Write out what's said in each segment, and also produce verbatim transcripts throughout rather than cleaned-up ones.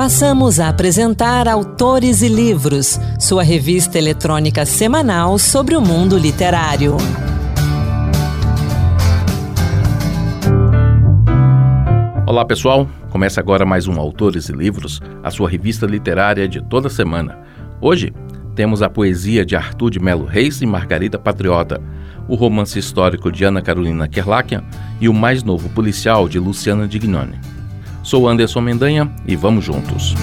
Passamos a apresentar Autores e Livros, sua revista eletrônica semanal sobre o mundo literário. Olá pessoal, começa agora mais um Autores e Livros, a sua revista literária de toda semana. Hoje temos a poesia de Arthur de Melo Reis e Margarida Patriota, o romance histórico de Ana Carolina Kerlakian e o mais novo policial de Luciana Dignoni. Sou Anderson Mendanha e vamos juntos.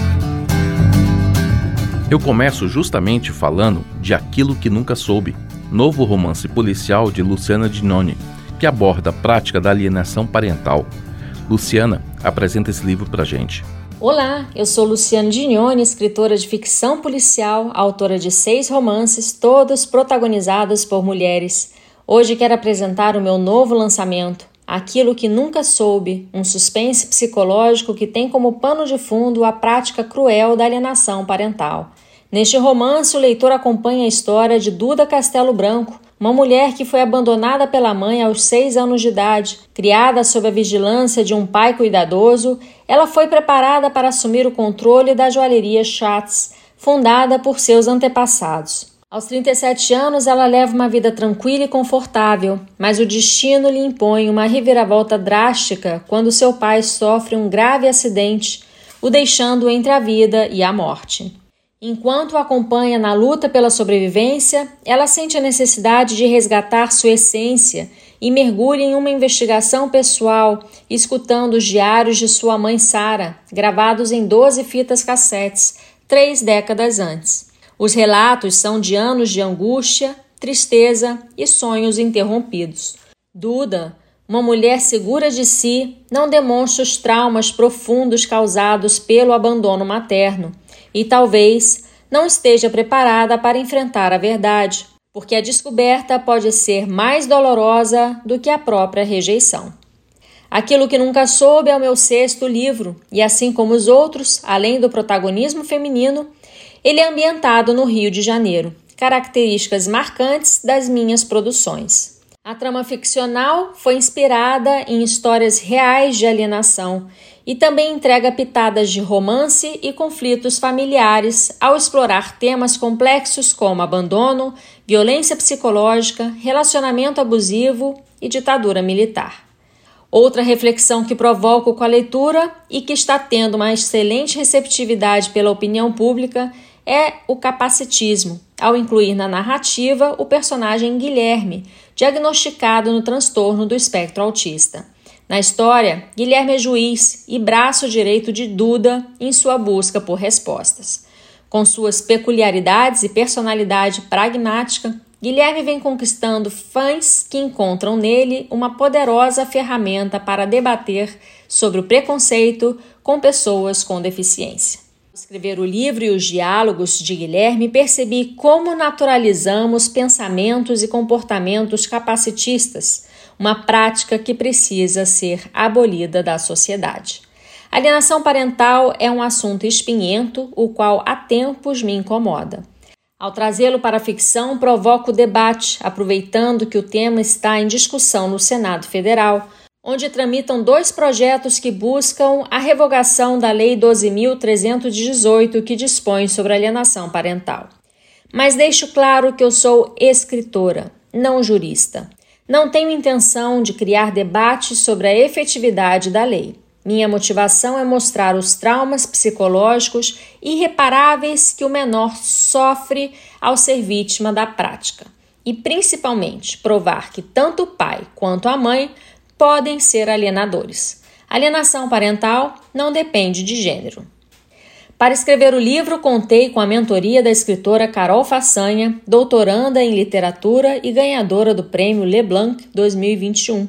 Eu começo justamente falando de Aquilo que Nunca Soube, novo romance policial de Luciana Dignoni, que aborda a prática da alienação parental. Luciana apresenta esse livro pra gente. Olá, eu sou Luciana Dignoni, escritora de ficção policial, autora de seis romances, todos protagonizados por mulheres. Hoje quero apresentar o meu novo lançamento, Aquilo que Nunca Soube, um suspense psicológico que tem como pano de fundo a prática cruel da alienação parental. Neste romance, o leitor acompanha a história de Duda Castelo Branco, uma mulher que foi abandonada pela mãe aos seis anos de idade. Criada sob a vigilância de um pai cuidadoso, ela foi preparada para assumir o controle da joalheria Schatz, fundada por seus antepassados. Aos trinta e sete anos, ela leva uma vida tranquila e confortável, mas o destino lhe impõe uma reviravolta drástica quando seu pai sofre um grave acidente, o deixando entre a vida e a morte. Enquanto o acompanha na luta pela sobrevivência, ela sente a necessidade de resgatar sua essência e mergulha em uma investigação pessoal, escutando os diários de sua mãe Sara, gravados em doze fitas cassetes, três décadas antes. Os relatos são de anos de angústia, tristeza e sonhos interrompidos. Duda, uma mulher segura de si, não demonstra os traumas profundos causados pelo abandono materno e talvez não esteja preparada para enfrentar a verdade, porque a descoberta pode ser mais dolorosa do que a própria rejeição. Aquilo que Nunca Soube é o meu sexto livro e, assim como os outros, além do protagonismo feminino, ele é ambientado no Rio de Janeiro, características marcantes das minhas produções. A trama ficcional foi inspirada em histórias reais de alienação e também entrega pitadas de romance e conflitos familiares ao explorar temas complexos como abandono, violência psicológica, relacionamento abusivo e ditadura militar. Outra reflexão que provoco com a leitura e que está tendo uma excelente receptividade pela opinião pública é o capacitismo, ao incluir na narrativa o personagem Guilherme, diagnosticado no transtorno do espectro autista. Na história, Guilherme é juiz e braço direito de Duda em sua busca por respostas. Com suas peculiaridades e personalidade pragmática, Guilherme vem conquistando fãs que encontram nele uma poderosa ferramenta para debater sobre o preconceito com pessoas com deficiência. Ao escrever o livro e os diálogos de Guilherme, percebi como naturalizamos pensamentos e comportamentos capacitistas, uma prática que precisa ser abolida da sociedade. Alienação parental é um assunto espinhento, o qual há tempos me incomoda. Ao trazê-lo para a ficção, provoco debate, aproveitando que o tema está em discussão no Senado Federal, onde tramitam dois projetos que buscam a revogação da Lei doze mil trezentos e dezoito, que dispõe sobre alienação parental. Mas deixo claro que eu sou escritora, não jurista. Não tenho intenção de criar debates sobre a efetividade da lei. Minha motivação é mostrar os traumas psicológicos irreparáveis que o menor sofre ao ser vítima da prática. E, principalmente, provar que tanto o pai quanto a mãe podem ser alienadores. Alienação parental não depende de gênero. Para escrever o livro, contei com a mentoria da escritora Carol Façanha, doutoranda em literatura e ganhadora do Prêmio Leblanc dois mil e vinte e um.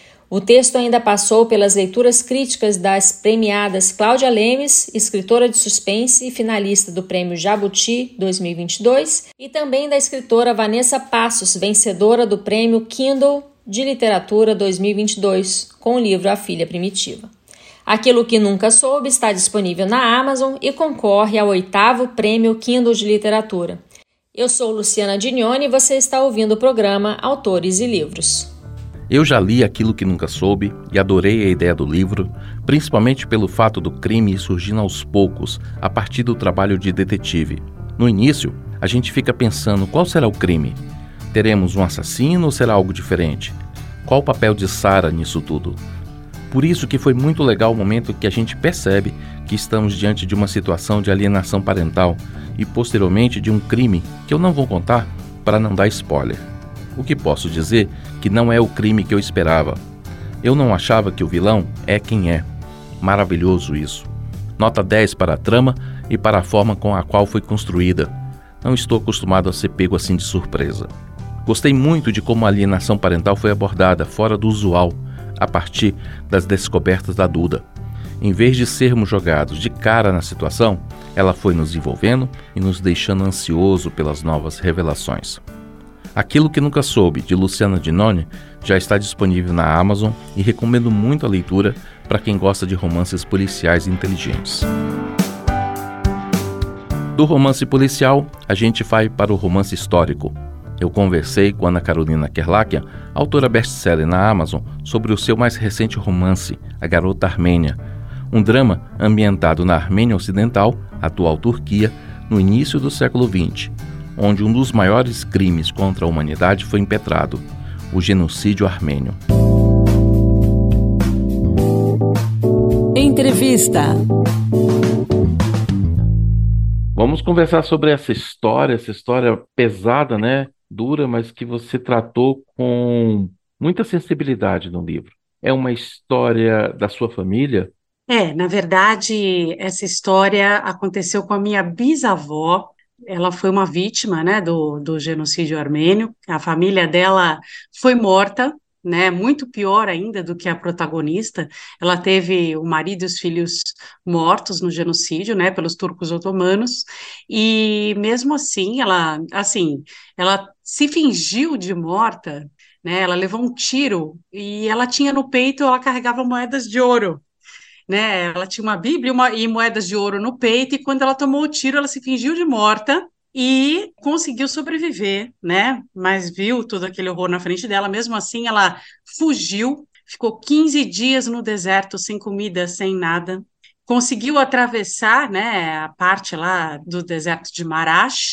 O texto ainda passou pelas leituras críticas das premiadas Cláudia Lemes, escritora de suspense e finalista do Prêmio Jabuti dois mil e vinte e dois, e também da escritora Vanessa Passos, vencedora do Prêmio Kindle de Literatura dois mil e vinte e dois, com o livro A Filha Primitiva. Aquilo que Nunca Soube está disponível na Amazon e concorre ao oitavo Prêmio Kindle de Literatura. Eu sou Luciana Dignoni e você está ouvindo o programa Autores e Livros. Eu já li Aquilo que Nunca Soube e adorei a ideia do livro, principalmente pelo fato do crime ir surgindo aos poucos, a partir do trabalho de detetive. No início, a gente fica pensando qual será o crime. Teremos um assassino ou será algo diferente? Qual o papel de Sarah nisso tudo? Por isso que foi muito legal o momento que a gente percebe que estamos diante de uma situação de alienação parental e posteriormente de um crime que eu não vou contar para não dar spoiler. O que posso dizer que não é o crime que eu esperava. Eu não achava que o vilão é quem é. Maravilhoso isso. Nota dez para a trama e para a forma com a qual foi construída. Não estou acostumado a ser pego assim de surpresa. Gostei muito de como a alienação parental foi abordada fora do usual, a partir das descobertas da Duda. Em vez de sermos jogados de cara na situação, ela foi nos envolvendo e nos deixando ansioso pelas novas revelações. Aquilo que Nunca Soube, de Luciana Giannone, já está disponível na Amazon e recomendo muito a leitura para quem gosta de romances policiais inteligentes. Do romance policial, a gente vai para o romance histórico. Eu conversei com Ana Carolina Kerlakian, autora best-seller na Amazon, sobre o seu mais recente romance, A Garota Armênia, um drama ambientado na Armênia Ocidental, atual Turquia, no início do século vinte, onde um dos maiores crimes contra a humanidade foi impetrado, o genocídio armênio. Entrevista. Vamos conversar sobre essa história, essa história pesada, né? Dura, mas que você tratou com muita sensibilidade no livro. É uma história da sua família? É, na verdade, essa história aconteceu com a minha bisavó. Ela foi uma vítima, né, do, do genocídio armênio. A família dela foi morta, né, muito pior ainda do que a protagonista. Ela teve o marido e os filhos mortos no genocídio, né, pelos turcos otomanos. E mesmo assim, ela, assim, ela se fingiu de morta, né? Ela levou um tiro e ela tinha no peito, ela carregava moedas de ouro. Né? Ela tinha uma Bíblia e, uma, e moedas de ouro no peito, e quando ela tomou o tiro, ela se fingiu de morta e conseguiu sobreviver, né? Mas viu todo aquele horror na frente dela. Mesmo assim, ela fugiu, ficou quinze dias no deserto, sem comida, sem nada. Conseguiu atravessar, né, a parte lá do deserto de Marash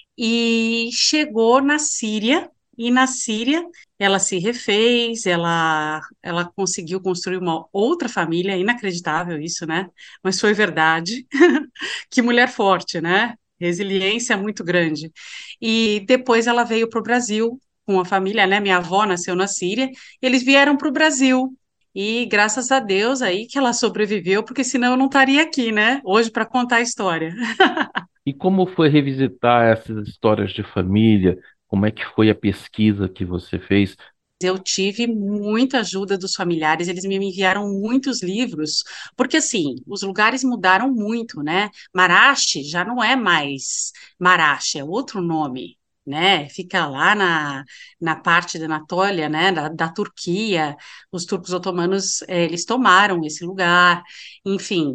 e chegou na Síria. E na Síria, ela se refez, ela, ela conseguiu construir uma outra família, inacreditável isso, né? Mas foi verdade. Que mulher forte, né? Resiliência muito grande. E depois ela veio para o Brasil com a família, né? Minha avó nasceu na Síria, eles vieram para o Brasil. E graças a Deus aí que ela sobreviveu, porque senão eu não estaria aqui, né? Hoje para contar a história. E como foi revisitar essas histórias de família? Como é que foi a pesquisa que você fez? Eu tive muita ajuda dos familiares, eles me enviaram muitos livros, porque assim, os lugares mudaram muito, né? Marache já não é mais Marache, é outro nome, né? Fica lá na, na parte da Anatólia, né? Da, da Turquia, os turcos otomanos, eh, eles tomaram esse lugar, enfim.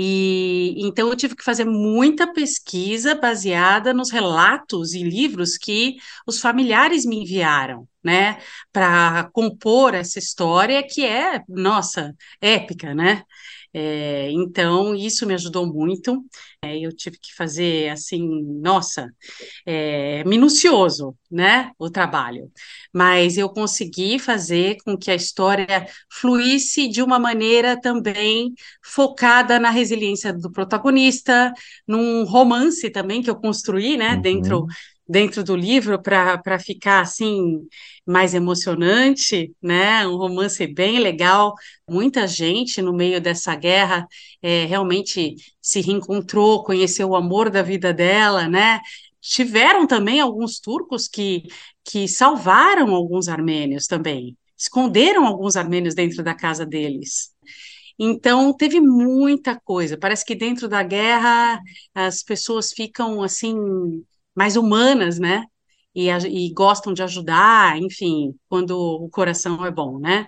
E então eu tive que fazer muita pesquisa baseada nos relatos e livros que os familiares me enviaram, né? Para compor essa história que é, nossa, épica, né? É, então, isso me ajudou muito. É, eu tive que fazer, assim, nossa, é, minucioso, né? O trabalho. Mas eu consegui fazer com que a história fluísse de uma maneira também focada na resiliência do protagonista, num romance também que eu construí, né? Dentro Uhum. dentro do livro para para ficar assim mais emocionante, né? Um romance bem legal. Muita gente no meio dessa guerra é, realmente se reencontrou, conheceu o amor da vida dela, né? Tiveram também alguns turcos que, que salvaram alguns armênios também, esconderam alguns armênios dentro da casa deles. Então, teve muita coisa. Parece que dentro da guerra as pessoas ficam assim mais humanas, né? E, a- e gostam de ajudar, enfim, quando o coração é bom, né?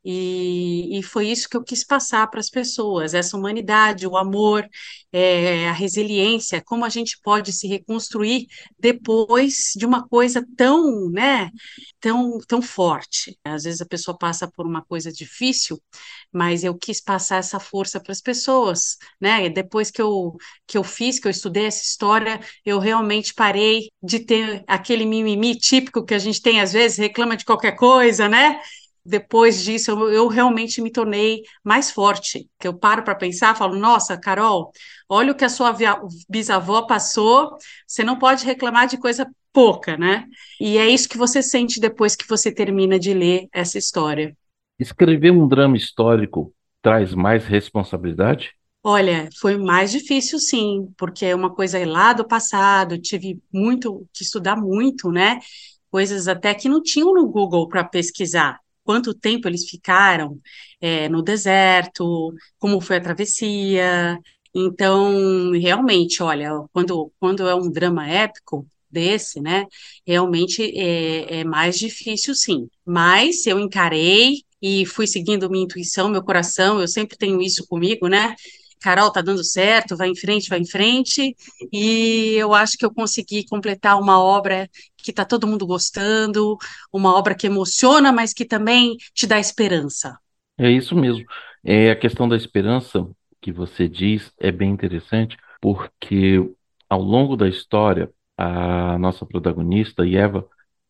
E, e foi isso que eu quis passar para as pessoas, essa humanidade, o amor, é, a resiliência, como a gente pode se reconstruir depois de uma coisa tão, né, tão, tão forte. Às vezes a pessoa passa por uma coisa difícil, mas eu quis passar essa força para as pessoas, né? E depois que eu, que eu fiz, que eu estudei essa história, eu realmente parei de ter aquele mimimi típico que a gente tem às vezes, reclama de qualquer coisa, né? Depois disso, eu, eu realmente me tornei mais forte. Que eu paro para pensar, falo, nossa, Carol, olha o que a sua via- bisavó passou, você não pode reclamar de coisa pouca, né? E é isso que você sente depois que você termina de ler essa história. Escrever um drama histórico traz mais responsabilidade? Olha, foi mais difícil, sim, porque é uma coisa lá do passado, tive muito que estudar muito, né? Coisas até que não tinham no Google para pesquisar. Quanto tempo eles ficaram, é, no deserto, como foi a travessia. Então, realmente, olha, quando, quando é um drama épico desse, né? Realmente é, é mais difícil, sim. Mas eu encarei e fui seguindo minha intuição, meu coração, eu sempre tenho isso comigo, né? Carol, tá dando certo, vai em frente, vai em frente. E eu acho que eu consegui completar uma obra que está todo mundo gostando, uma obra que emociona, mas que também te dá esperança. É isso mesmo. É a questão da esperança que você diz é bem interessante, porque ao longo da história, a nossa protagonista, Eva,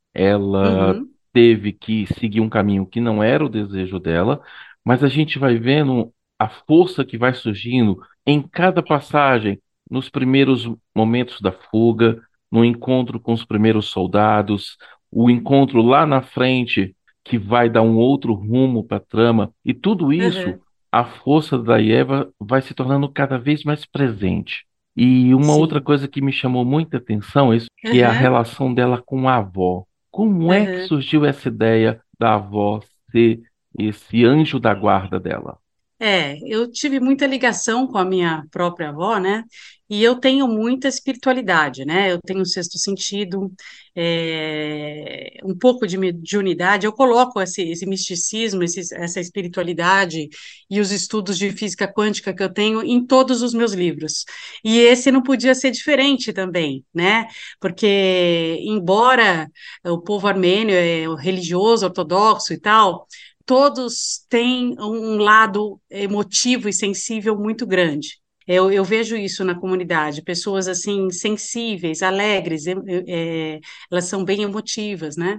ela Uhum, teve que seguir um caminho que não era o desejo dela, mas a gente vai vendo a força que vai surgindo em cada passagem, nos primeiros momentos da fuga, no encontro com os primeiros soldados, o encontro lá na frente que vai dar um outro rumo para a trama, e tudo isso, uhum, a força da Eva vai se tornando cada vez mais presente. E uma outra sim. coisa que me chamou muita atenção é isso, que é a Uhum, relação dela com a avó. Como é que uhum. surgiu essa ideia da avó ser esse anjo da guarda dela? É, eu tive muita ligação com a minha própria avó, né? E eu tenho muita espiritualidade, né? Eu tenho um sexto sentido, é, um pouco de mediunidade. Eu coloco esse, esse misticismo, esses- essa espiritualidade e os estudos de física quântica que eu tenho em todos os meus livros. E esse não podia ser diferente também, né? Porque, embora o povo armênio é religioso, ortodoxo e tal, todos têm um lado emotivo e sensível muito grande. Eu, eu vejo isso na comunidade, pessoas assim sensíveis, alegres, é, é, elas são bem emotivas, né?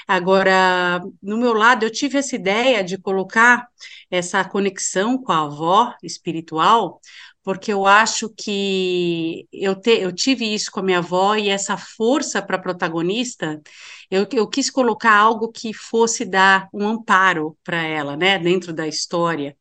Agora, no meu lado, eu tive essa ideia de colocar essa conexão com a avó espiritual, porque eu acho que eu, te, eu tive isso com a minha avó e essa força para a protagonista eu, eu quis colocar algo que fosse dar um amparo para ela, né, dentro da história.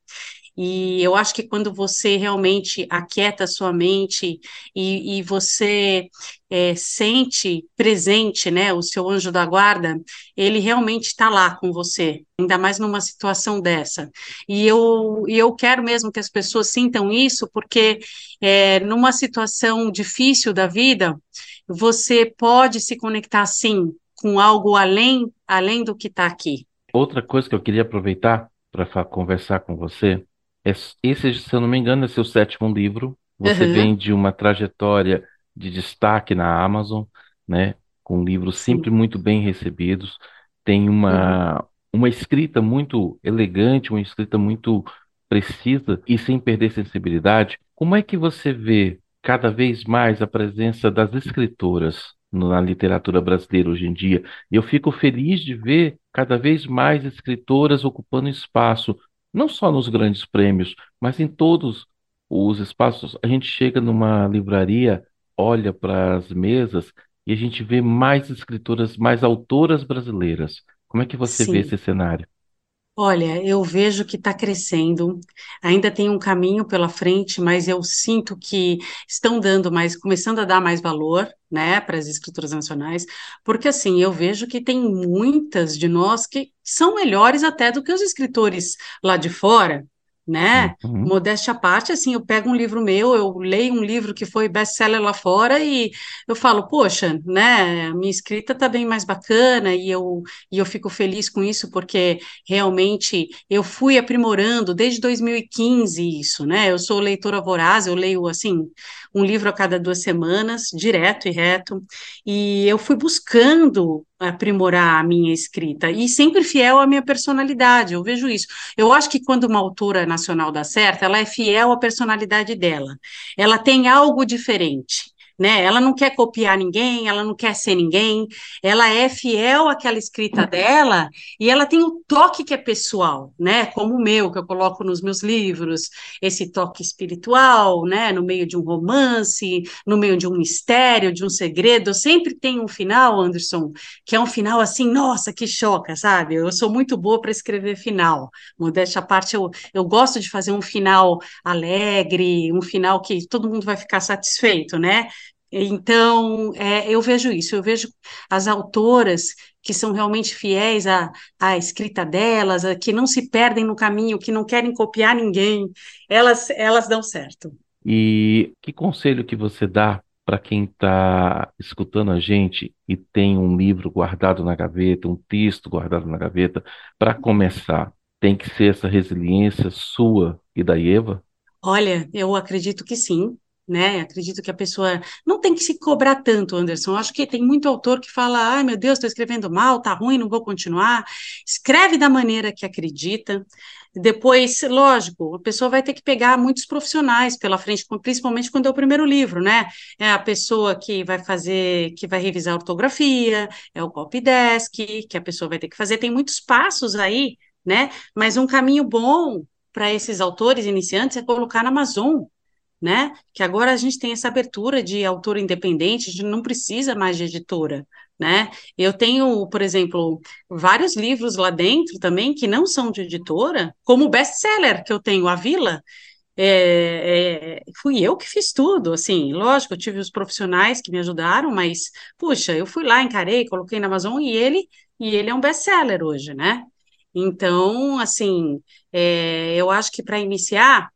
E eu acho que quando você realmente aquieta a sua mente e, e você é, sente presente, né, o seu anjo da guarda, ele realmente está lá com você, ainda mais numa situação dessa. E eu, e eu quero mesmo que as pessoas sintam isso, porque é, numa situação difícil da vida, você pode se conectar, sim, com algo além, além do que está aqui. Outra coisa que eu queria aproveitar para conversar com você é s- esse, se eu não me engano, é seu sétimo livro. Você vem Aham, de uma trajetória de destaque na Amazon, né? Com livros sempre sim. muito bem recebidos. Tem Uhum. uma, uma escrita muito elegante, uma escrita muito precisa e sem perder sensibilidade. Como é que você vê cada vez mais a presença das escritoras na literatura brasileira hoje em dia? E eu fico feliz de ver cada vez mais escritoras ocupando espaço, não só nos grandes prêmios, mas em todos os espaços. A gente chega numa livraria, olha para as mesas e a gente vê mais escritoras, mais autoras brasileiras. Como é que você vê Sim. esse cenário? Olha, eu vejo que está crescendo, ainda tem um caminho pela frente, mas eu sinto que estão dando mais, começando a dar mais valor, né, para as escrituras nacionais, porque assim, eu vejo que tem muitas de nós que são melhores até do que os escritores lá de fora, né? Uhum. Modéstia à parte, assim, eu pego um livro meu, eu leio um livro que foi best-seller lá fora e eu falo, poxa, né, a minha escrita tá bem mais bacana e eu, e eu fico feliz com isso porque realmente eu fui aprimorando desde dois mil e quinze isso, né? Eu sou leitora voraz, eu leio, assim, um livro a cada duas semanas, direto e reto, e eu fui buscando aprimorar a minha escrita e sempre fiel à minha personalidade, eu vejo isso. Eu acho que quando uma autora nacional dá certo, ela é fiel à personalidade dela. Ela tem algo diferente, né? Ela não quer copiar ninguém, ela não quer ser ninguém, ela é fiel àquela escrita dela e ela tem o toque que é pessoal, né? Como o meu, que eu coloco nos meus livros, esse toque espiritual, né? No meio de um romance, no meio de um mistério, de um segredo. Eu sempre tem um final, Anderson, que é um final assim, nossa, que choca, sabe? Eu sou muito boa para escrever final. Modéstia à parte, eu, eu gosto de fazer um final alegre, um final que todo mundo vai ficar satisfeito, né? Então, é, eu vejo isso, eu vejo as autoras que são realmente fiéis à, à escrita delas, a, que não se perdem no caminho, que não querem copiar ninguém, elas, elas dão certo. E que conselho que você dá para quem está escutando a gente e tem um livro guardado na gaveta, um texto guardado na gaveta, para começar? Tem que ser essa resiliência sua e da Eva? Olha, eu acredito que sim, né? Acredito que a pessoa não tem que se cobrar tanto, Anderson. Eu acho que tem muito autor que fala: ai, meu Deus, estou escrevendo mal, tá ruim, não vou continuar. Escreve da maneira que acredita. Depois, lógico, a pessoa vai ter que pegar muitos profissionais pela frente, principalmente quando é o primeiro livro, né? É a pessoa que vai fazer, que vai revisar a ortografia, é o copydesk, que a pessoa vai ter que fazer. Tem muitos passos aí, né? Mas um caminho bom para esses autores iniciantes é colocar na Amazon, né? Que agora a gente tem essa abertura de autor independente, a gente não precisa mais de editora, né? Eu tenho, por exemplo, vários livros lá dentro também que não são de editora, como o best-seller que eu tenho, A Vila. É, é, fui eu que fiz tudo, assim, lógico, eu tive os profissionais que me ajudaram, mas, puxa, eu fui lá, encarei, coloquei na Amazon e ele, e ele é um best-seller hoje, né? Então, assim, é, eu acho que para iniciar,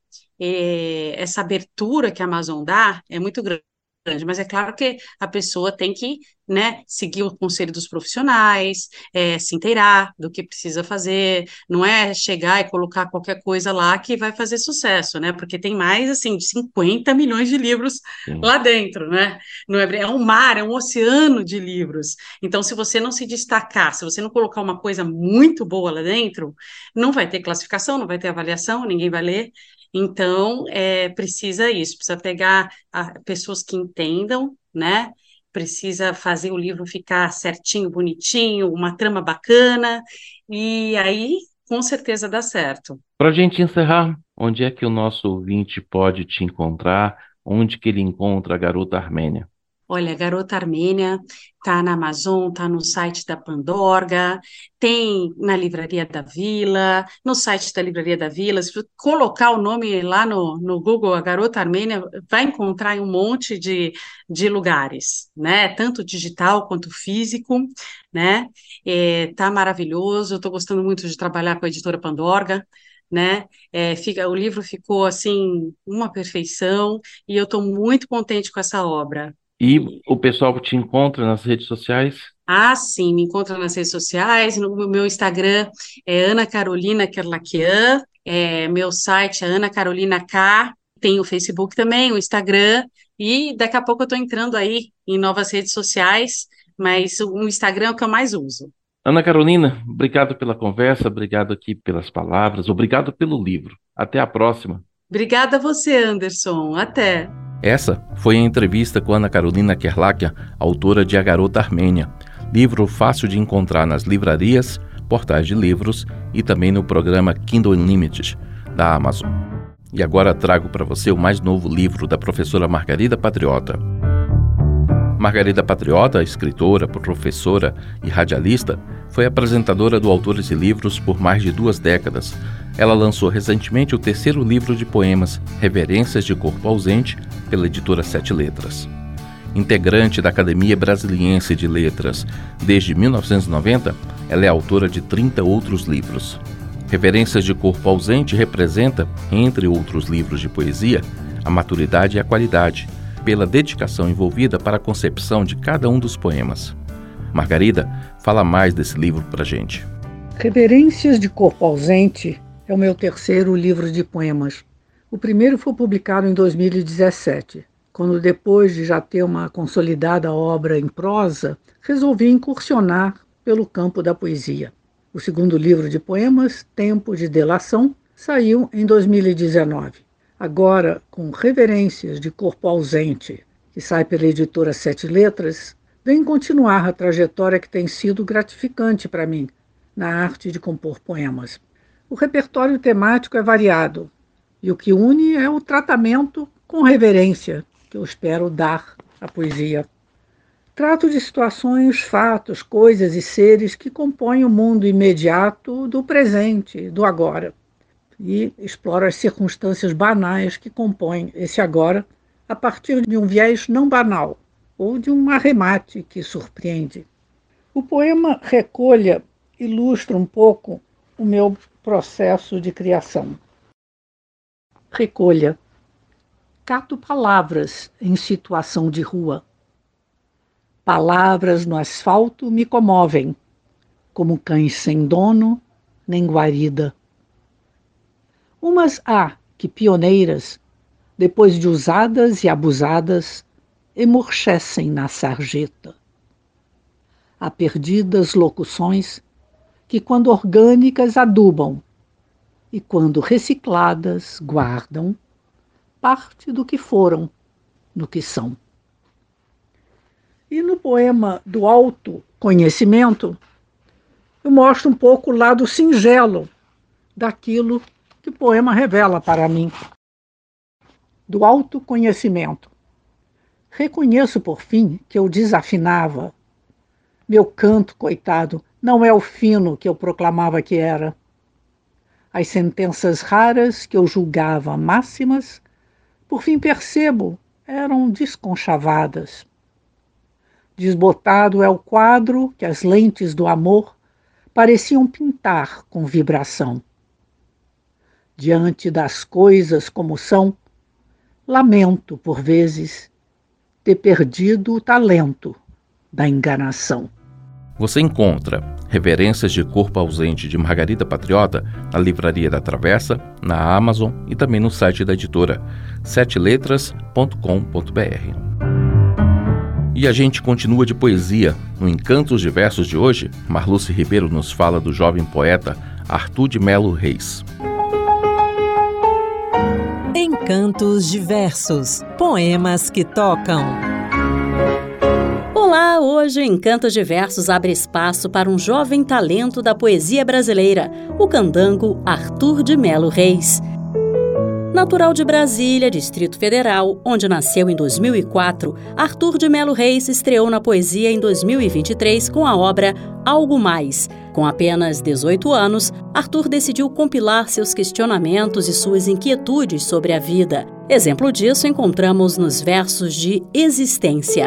é, essa abertura que a Amazon dá é muito grande, mas é claro que a pessoa tem que, né, seguir o conselho dos profissionais, é, se inteirar do que precisa fazer, não é chegar e colocar qualquer coisa lá que vai fazer sucesso, né, porque tem mais, assim, de cinquenta milhões de livros Sim. lá dentro, né, não é, é um mar, é um oceano de livros, então se você não se destacar, se você não colocar uma coisa muito boa lá dentro, não vai ter classificação, não vai ter avaliação, ninguém vai ler. Então, é, precisa isso, precisa pegar a, pessoas que entendam, né? Precisa fazer o livro ficar certinho, bonitinho, uma trama bacana, e aí, com certeza, dá certo. Para a gente encerrar, onde é que o nosso ouvinte pode te encontrar? Onde que ele encontra a Garota Armênia? Olha, Garota Armênia está na Amazon, está no site da Pandorga, tem na Livraria da Vila, no site da Livraria da Vila. Se você colocar o nome lá no, no Google, a Garota Armênia, vai encontrar em um monte de, de lugares, né? Tanto digital quanto físico, né? É, tá maravilhoso, estou gostando muito de trabalhar com a editora Pandorga. Né? É, fica, o livro ficou assim uma perfeição e eu estou muito contente com essa obra. E o pessoal te encontra nas redes sociais? Ah, sim, me encontra nas redes sociais, no meu Instagram é Ana Carolina Kerlakian, é, meu site é Ana Carolina K, tem o Facebook também, o Instagram, e daqui a pouco eu estou entrando aí em novas redes sociais, mas o Instagram é o que eu mais uso. Ana Carolina, obrigado pela conversa, obrigado aqui pelas palavras, obrigado pelo livro. Até a próxima. Obrigada a você, Anderson. Até. Essa foi a entrevista com Ana Carolina Kerlakian, autora de A Garota Armênia, livro fácil de encontrar nas livrarias, portais de livros e também no programa Kindle Unlimited da Amazon. E agora trago para você o mais novo livro da professora Margarida Patriota. Margarida Patriota, escritora, professora e radialista, foi apresentadora do Autores e Livros por mais de duas décadas. Ela lançou recentemente o terceiro livro de poemas, Reverências de Corpo Ausente, pela editora Sete Letras. Integrante da Academia Brasiliense de Letras desde mil novecentos e noventa, ela é autora de trinta outros livros. Reverências de Corpo Ausente representa, entre outros livros de poesia, a maturidade e a qualidade, pela dedicação envolvida para a concepção de cada um dos poemas. Margarida, fala mais desse livro pra gente. Reverências de Corpo Ausente é o meu terceiro livro de poemas. O primeiro foi publicado em dois mil e dezessete, quando, depois de já ter uma consolidada obra em prosa, resolvi incursionar pelo campo da poesia. O segundo livro de poemas, Tempo de Delação, saiu em dois mil e dezenove. Agora, com Reverências de Corpo Ausente, que sai pela editora Sete Letras, vem continuar a trajetória que tem sido gratificante para mim na arte de compor poemas. O repertório temático é variado, e o que une é o tratamento com reverência que eu espero dar à poesia. Trato de situações, fatos, coisas e seres que compõem o mundo imediato do presente, do agora. E exploro as circunstâncias banais que compõem esse agora a partir de um viés não banal ou de um arremate que surpreende. O poema Recolha ilustra um pouco o meu processo de criação. Recolha. Cato palavras em situação de rua. Palavras no asfalto me comovem, como cães sem dono, nem guarida. Umas há que, pioneiras, depois de usadas e abusadas, emurchecem na sarjeta. Há perdidas locuções que, quando orgânicas, adubam, e quando recicladas, guardam parte do que foram, no que são. E no poema do autoconhecimento, eu mostro um pouco o lado singelo daquilo que o poema revela para mim. Do autoconhecimento. Reconheço, por fim, que eu desafinava. Meu canto, coitado, não é o fino que eu proclamava que era. As sentenças raras que eu julgava máximas, por fim percebo, eram desconchavadas. Desbotado é o quadro que as lentes do amor pareciam pintar com vibração. Diante das coisas como são, lamento, por vezes, ter perdido o talento da enganação. Você encontra Reverências de Corpo Ausente de Margarida Patriota na Livraria da Travessa, na Amazon e também no site da editora sete letras ponto com ponto b r. E a gente continua de poesia. No Encantos Diversos de hoje, Marluce Ribeiro nos fala do jovem poeta Arthur de Melo Reis. Encantos Diversos, poemas que tocam. Olá, hoje o Encantos Diversos abre espaço para um jovem talento da poesia brasileira, o candango Arthur de Melo Reis. Natural de Brasília, Distrito Federal, onde nasceu em dois mil e quatro, Arthur de Melo Reis estreou na poesia em dois mil e vinte e três com a obra Algo Mais. Com apenas dezoito anos, Arthur decidiu compilar seus questionamentos e suas inquietudes sobre a vida. Exemplo disso encontramos nos versos de Existência.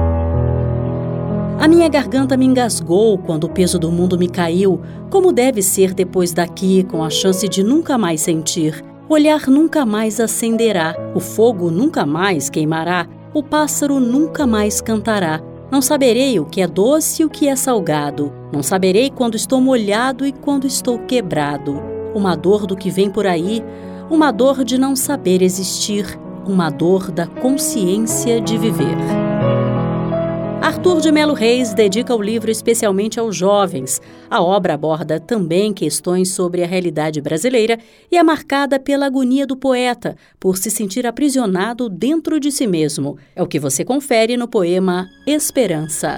A minha garganta me engasgou quando o peso do mundo me caiu, como deve ser depois daqui, com a chance de nunca mais sentir. O olhar nunca mais acenderá, o fogo nunca mais queimará, o pássaro nunca mais cantará. Não saberei o que é doce e o que é salgado. Não saberei quando estou molhado e quando estou quebrado. Uma dor do que vem por aí, uma dor de não saber existir, uma dor da consciência de viver. Arthur de Melo Reis dedica o livro especialmente aos jovens. A obra aborda também questões sobre a realidade brasileira e é marcada pela agonia do poeta, por se sentir aprisionado dentro de si mesmo. É o que você confere no poema Esperança.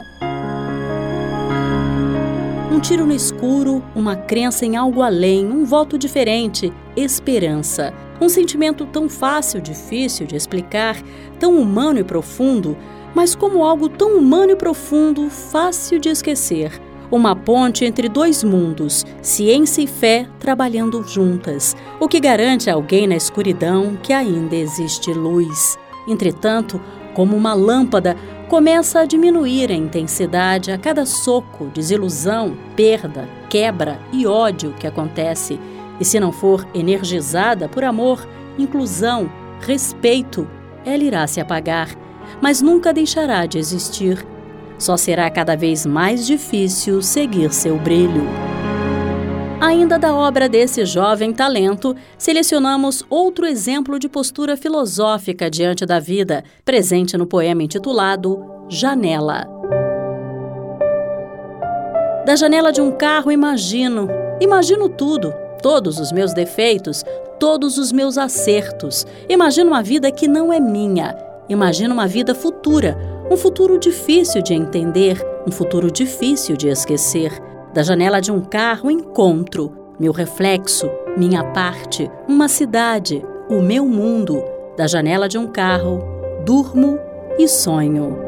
Um tiro no escuro, uma crença em algo além, um voto diferente, esperança. Um sentimento tão fácil, difícil de explicar, tão humano e profundo, mas como algo tão humano e profundo, fácil de esquecer. Uma ponte entre dois mundos, ciência e fé trabalhando juntas, o que garante a alguém na escuridão que ainda existe luz. Entretanto, como uma lâmpada, começa a diminuir a intensidade a cada soco, desilusão, perda, quebra e ódio que acontece, E se não for energizada por amor, inclusão, respeito, ela irá se apagar, mas nunca deixará de existir. Só será cada vez mais difícil seguir seu brilho. Ainda da obra desse jovem talento, selecionamos outro exemplo de postura filosófica diante da vida, presente no poema intitulado Janela. Da janela de um carro imagino, imagino tudo, todos os meus defeitos, todos os meus acertos. Imagino uma vida que não é minha, imagino uma vida futura, um futuro difícil de entender, um futuro difícil de esquecer. Da janela de um carro encontro meu reflexo, minha parte, uma cidade, o meu mundo. Da janela de um carro, durmo e sonho.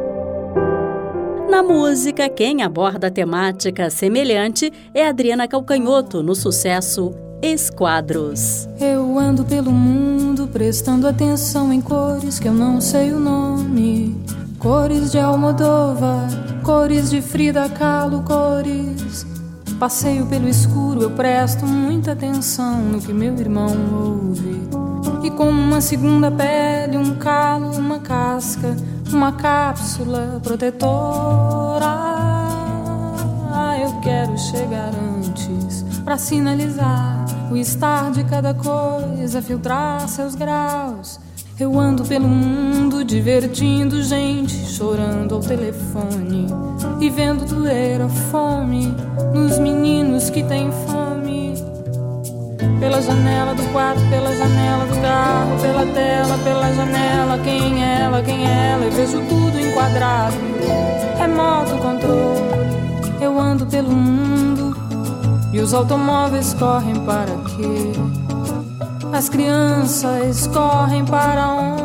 Na música, quem aborda a temática semelhante é Adriana Calcanhoto, no sucesso Esquadros. Eu ando pelo mundo prestando atenção em cores que eu não sei o nome. Cores de Almodóvar, cores de Frida Kahlo, cores. Passeio pelo escuro, eu presto muita atenção no que meu irmão ouve. E como uma segunda pele, um calo, uma casca, uma cápsula protetora. Ah, eu quero chegar antes pra sinalizar o estar de cada coisa, filtrar seus graus. Eu ando pelo mundo divertindo gente, chorando ao telefone e vendo doer a fome nos meninos que têm fome. Pela janela do quarto, pela janela do carro, pela tela, pela janela, quem é ela, quem é ela, eu vejo tudo enquadrado, remoto controle. Eu ando pelo mundo e os automóveis correm para quê? As crianças correm para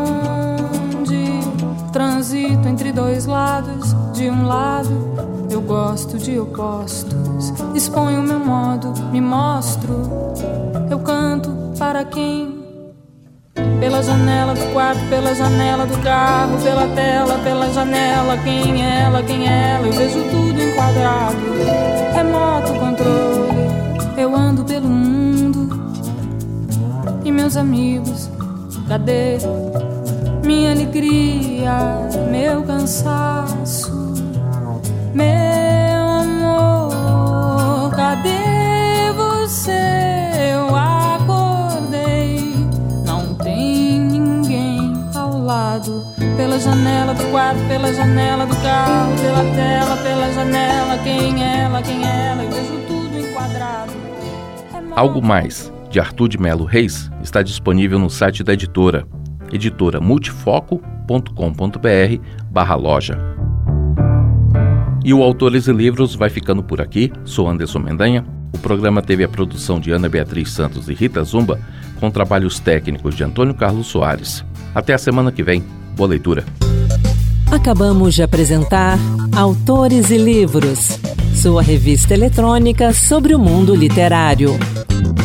onde? Transito entre dois lados. De um lado, eu gosto de opostos. Exponho meu modo, me mostro. Eu canto para quem? Pela janela do quarto, pela janela do carro, pela tela, pela janela. Quem é ela, quem é ela? Eu vejo tudo enquadrado. Remoto controle. Eu ando pelo mundo. E meus amigos, cadê minha alegria, meu cansaço, meu amor? Cadê você? Eu acordei, não tem ninguém ao lado. Pela janela do quarto, pela janela do carro, pela tela, pela janela. Quem é ela, quem é ela? Eu vejo tudo enquadrado. Algo Mais, de Arthur de Melo Reis, está disponível no site da editora, editora multifoco ponto com ponto br barra loja. E o Autores e Livros vai ficando por aqui. Sou Anderson Mendanha. O programa teve a produção de Ana Beatriz Santos e Rita Zumba, com trabalhos técnicos de Antônio Carlos Soares. Até a semana que vem. Boa leitura. Acabamos de apresentar Autores e Livros, sua revista eletrônica sobre o mundo literário.